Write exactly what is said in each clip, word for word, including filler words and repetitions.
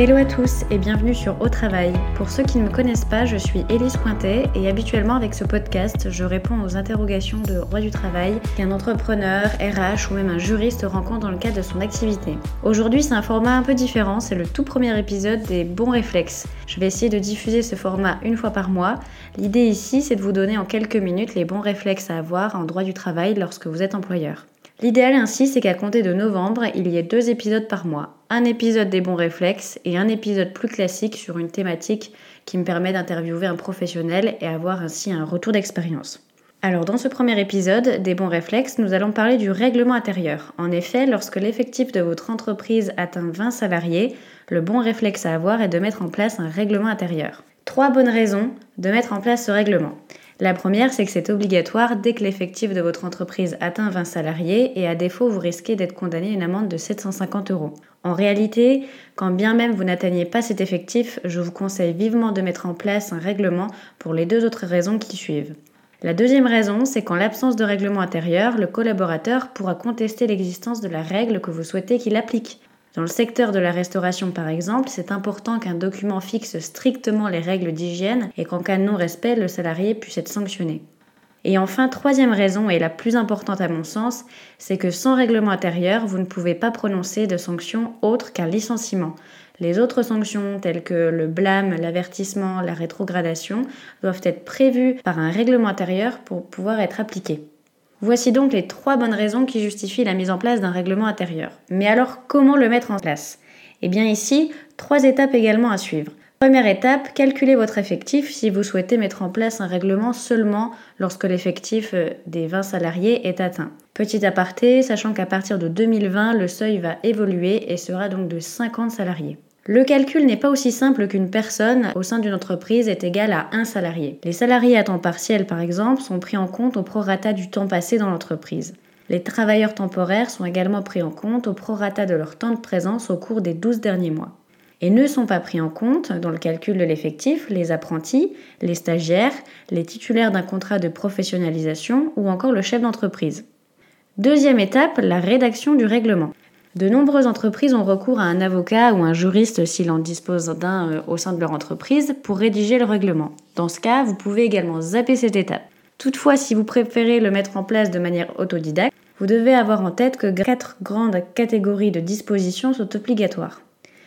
Hello à tous et bienvenue sur Au Travail. Pour ceux qui ne me connaissent pas, je suis Élise Pointet et habituellement avec ce podcast, je réponds aux interrogations de droit du travail qu'un entrepreneur, R H ou même un juriste rencontre dans le cadre de son activité. Aujourd'hui, c'est un format un peu différent, c'est le tout premier épisode des bons réflexes. Je vais essayer de diffuser ce format une fois par mois. L'idée ici, c'est de vous donner en quelques minutes les bons réflexes à avoir en droit du travail lorsque vous êtes employeur. L'idéal ainsi, c'est qu'à compter de novembre, il y ait deux épisodes par mois. Un épisode des bons réflexes et un épisode plus classique sur une thématique qui me permet d'interviewer un professionnel et avoir ainsi un retour d'expérience. Alors dans ce premier épisode des bons réflexes, nous allons parler du règlement intérieur. En effet, lorsque l'effectif de votre entreprise atteint vingt salariés, le bon réflexe à avoir est de mettre en place un règlement intérieur. Trois bonnes raisons de mettre en place ce règlement. La première, c'est que c'est obligatoire dès que l'effectif de votre entreprise atteint vingt salariés et à défaut, vous risquez d'être condamné à une amende de sept cent cinquante euros. En réalité, quand bien même vous n'atteignez pas cet effectif, je vous conseille vivement de mettre en place un règlement pour les deux autres raisons qui suivent. La deuxième raison, c'est qu'en l'absence de règlement intérieur, le collaborateur pourra contester l'existence de la règle que vous souhaitez qu'il applique. Dans le secteur de la restauration par exemple, c'est important qu'un document fixe strictement les règles d'hygiène et qu'en cas de non-respect, le salarié puisse être sanctionné. Et enfin, troisième raison, et la plus importante à mon sens, c'est que sans règlement intérieur, vous ne pouvez pas prononcer de sanctions autres qu'un licenciement. Les autres sanctions, telles que le blâme, l'avertissement, la rétrogradation, doivent être prévues par un règlement intérieur pour pouvoir être appliquées. Voici donc les trois bonnes raisons qui justifient la mise en place d'un règlement intérieur. Mais alors, comment le mettre en place ? Eh bien ici, trois étapes également à suivre. Première étape, calculez votre effectif si vous souhaitez mettre en place un règlement seulement lorsque l'effectif des vingt salariés est atteint. Petit aparté, sachant qu'à partir de deux mille vingt, le seuil va évoluer et sera donc de cinquante salariés. Le calcul n'est pas aussi simple qu'une personne au sein d'une entreprise est égale à un salarié. Les salariés à temps partiel, par exemple, sont pris en compte au prorata du temps passé dans l'entreprise. Les travailleurs temporaires sont également pris en compte au prorata de leur temps de présence au cours des douze derniers mois. Et ne sont pas pris en compte dans le calcul de l'effectif les apprentis, les stagiaires, les titulaires d'un contrat de professionnalisation ou encore le chef d'entreprise. Deuxième étape, la rédaction du règlement. De nombreuses entreprises ont recours à un avocat ou un juriste s'il en dispose d'un euh, au sein de leur entreprise pour rédiger le règlement. Dans ce cas, vous pouvez également zapper cette étape. Toutefois, si vous préférez le mettre en place de manière autodidacte, vous devez avoir en tête que quatre grandes catégories de dispositions sont obligatoires.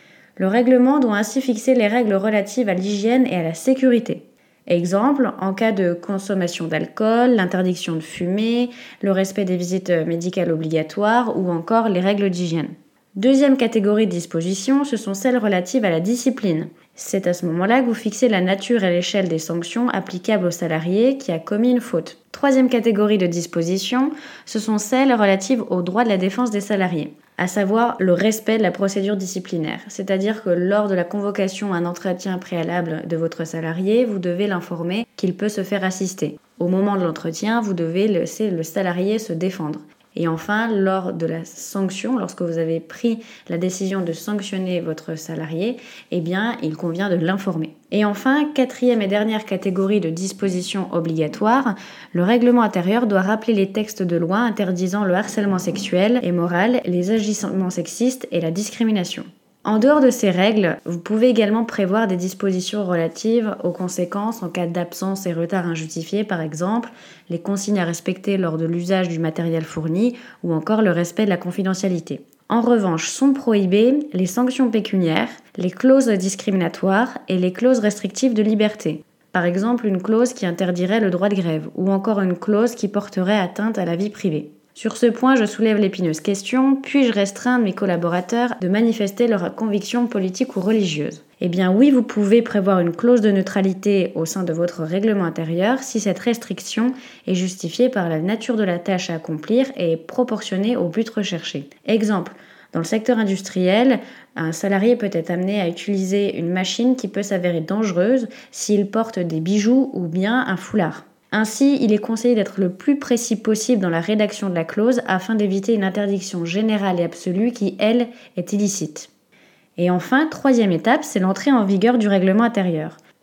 Le règlement doit ainsi fixer les règles relatives à l'hygiène et à la sécurité. Exemple, en cas de consommation d'alcool, l'interdiction de fumer, le respect des visites médicales obligatoires ou encore les règles d'hygiène. Deuxième catégorie de dispositions, ce sont celles relatives à la discipline. C'est à ce moment-là que vous fixez la nature et l'échelle des sanctions applicables au salarié qui a commis une faute. Troisième catégorie de dispositions, ce sont celles relatives aux droits de la défense des salariés, à savoir le respect de la procédure disciplinaire. C'est-à-dire que lors de la convocation à un entretien préalable de votre salarié, vous devez l'informer qu'il peut se faire assister. Au moment de l'entretien, vous devez laisser le salarié se défendre. Et enfin, lors de la sanction, lorsque vous avez pris la décision de sanctionner votre salarié, eh bien, il convient de l'informer. Et enfin, quatrième et dernière catégorie de dispositions obligatoires, le règlement intérieur doit rappeler les textes de loi interdisant le harcèlement sexuel et moral, les agissements sexistes et la discrimination. En dehors de ces règles, vous pouvez également prévoir des dispositions relatives aux conséquences en cas d'absence et retard injustifiés, par exemple, les consignes à respecter lors de l'usage du matériel fourni ou encore le respect de la confidentialité. En revanche, sont prohibées les sanctions pécuniaires, les clauses discriminatoires et les clauses restrictives de liberté. Par exemple, une clause qui interdirait le droit de grève ou encore une clause qui porterait atteinte à la vie privée. Sur ce point, je soulève l'épineuse question, puis-je restreindre mes collaborateurs de manifester leurs convictions politiques ou religieuses ? Eh bien oui, vous pouvez prévoir une clause de neutralité au sein de votre règlement intérieur si cette restriction est justifiée par la nature de la tâche à accomplir et est proportionnée au but recherché. Exemple, dans le secteur industriel, un salarié peut être amené à utiliser une machine qui peut s'avérer dangereuse s'il porte des bijoux ou bien un foulard. Ainsi, il est conseillé d'être le plus précis possible dans la rédaction de la clause afin d'éviter une interdiction générale et absolue qui, elle, est illicite. Et enfin, troisième étape, c'est l'entrée en vigueur du règlement intérieur.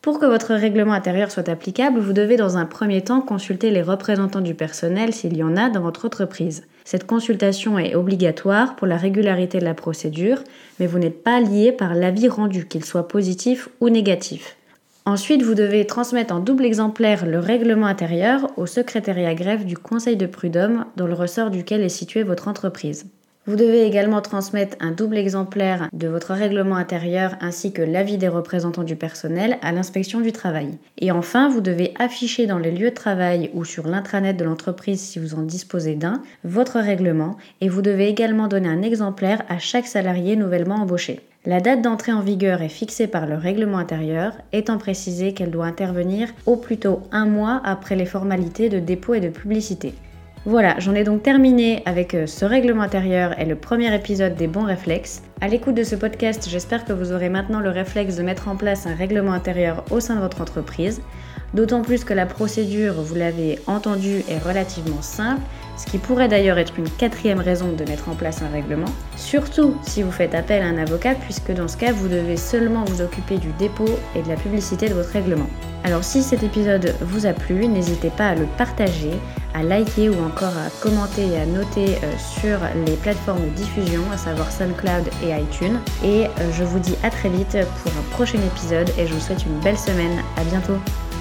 Pour que votre règlement intérieur soit applicable, vous devez dans un premier temps consulter les représentants du personnel s'il y en a dans votre entreprise. Cette consultation est obligatoire pour la régularité de la procédure, mais vous n'êtes pas lié par l'avis rendu, qu'il soit positif ou négatif. Ensuite, vous devez transmettre en double exemplaire le règlement intérieur au secrétariat greffe du Conseil de prud'homme dans le ressort duquel est située votre entreprise. Vous devez également transmettre un double exemplaire de votre règlement intérieur ainsi que l'avis des représentants du personnel à l'inspection du travail. Et enfin, vous devez afficher dans les lieux de travail ou sur l'intranet de l'entreprise si vous en disposez d'un, votre règlement et vous devez également donner un exemplaire à chaque salarié nouvellement embauché. La date d'entrée en vigueur est fixée par le règlement intérieur, étant précisé qu'elle doit intervenir au plus tôt un mois après les formalités de dépôt et de publicité. Voilà, j'en ai donc terminé avec ce règlement intérieur et le premier épisode des bons réflexes. À l'écoute de ce podcast, j'espère que vous aurez maintenant le réflexe de mettre en place un règlement intérieur au sein de votre entreprise. D'autant plus que la procédure, vous l'avez entendu, est relativement simple, ce qui pourrait d'ailleurs être une quatrième raison de mettre en place un règlement. Surtout si vous faites appel à un avocat, puisque dans ce cas, vous devez seulement vous occuper du dépôt et de la publicité de votre règlement. Alors si cet épisode vous a plu, n'hésitez pas à le partager, à liker ou encore à commenter et à noter sur les plateformes de diffusion, à savoir SoundCloud et iTunes. Et je vous dis à très vite pour un prochain épisode et je vous souhaite une belle semaine. À bientôt.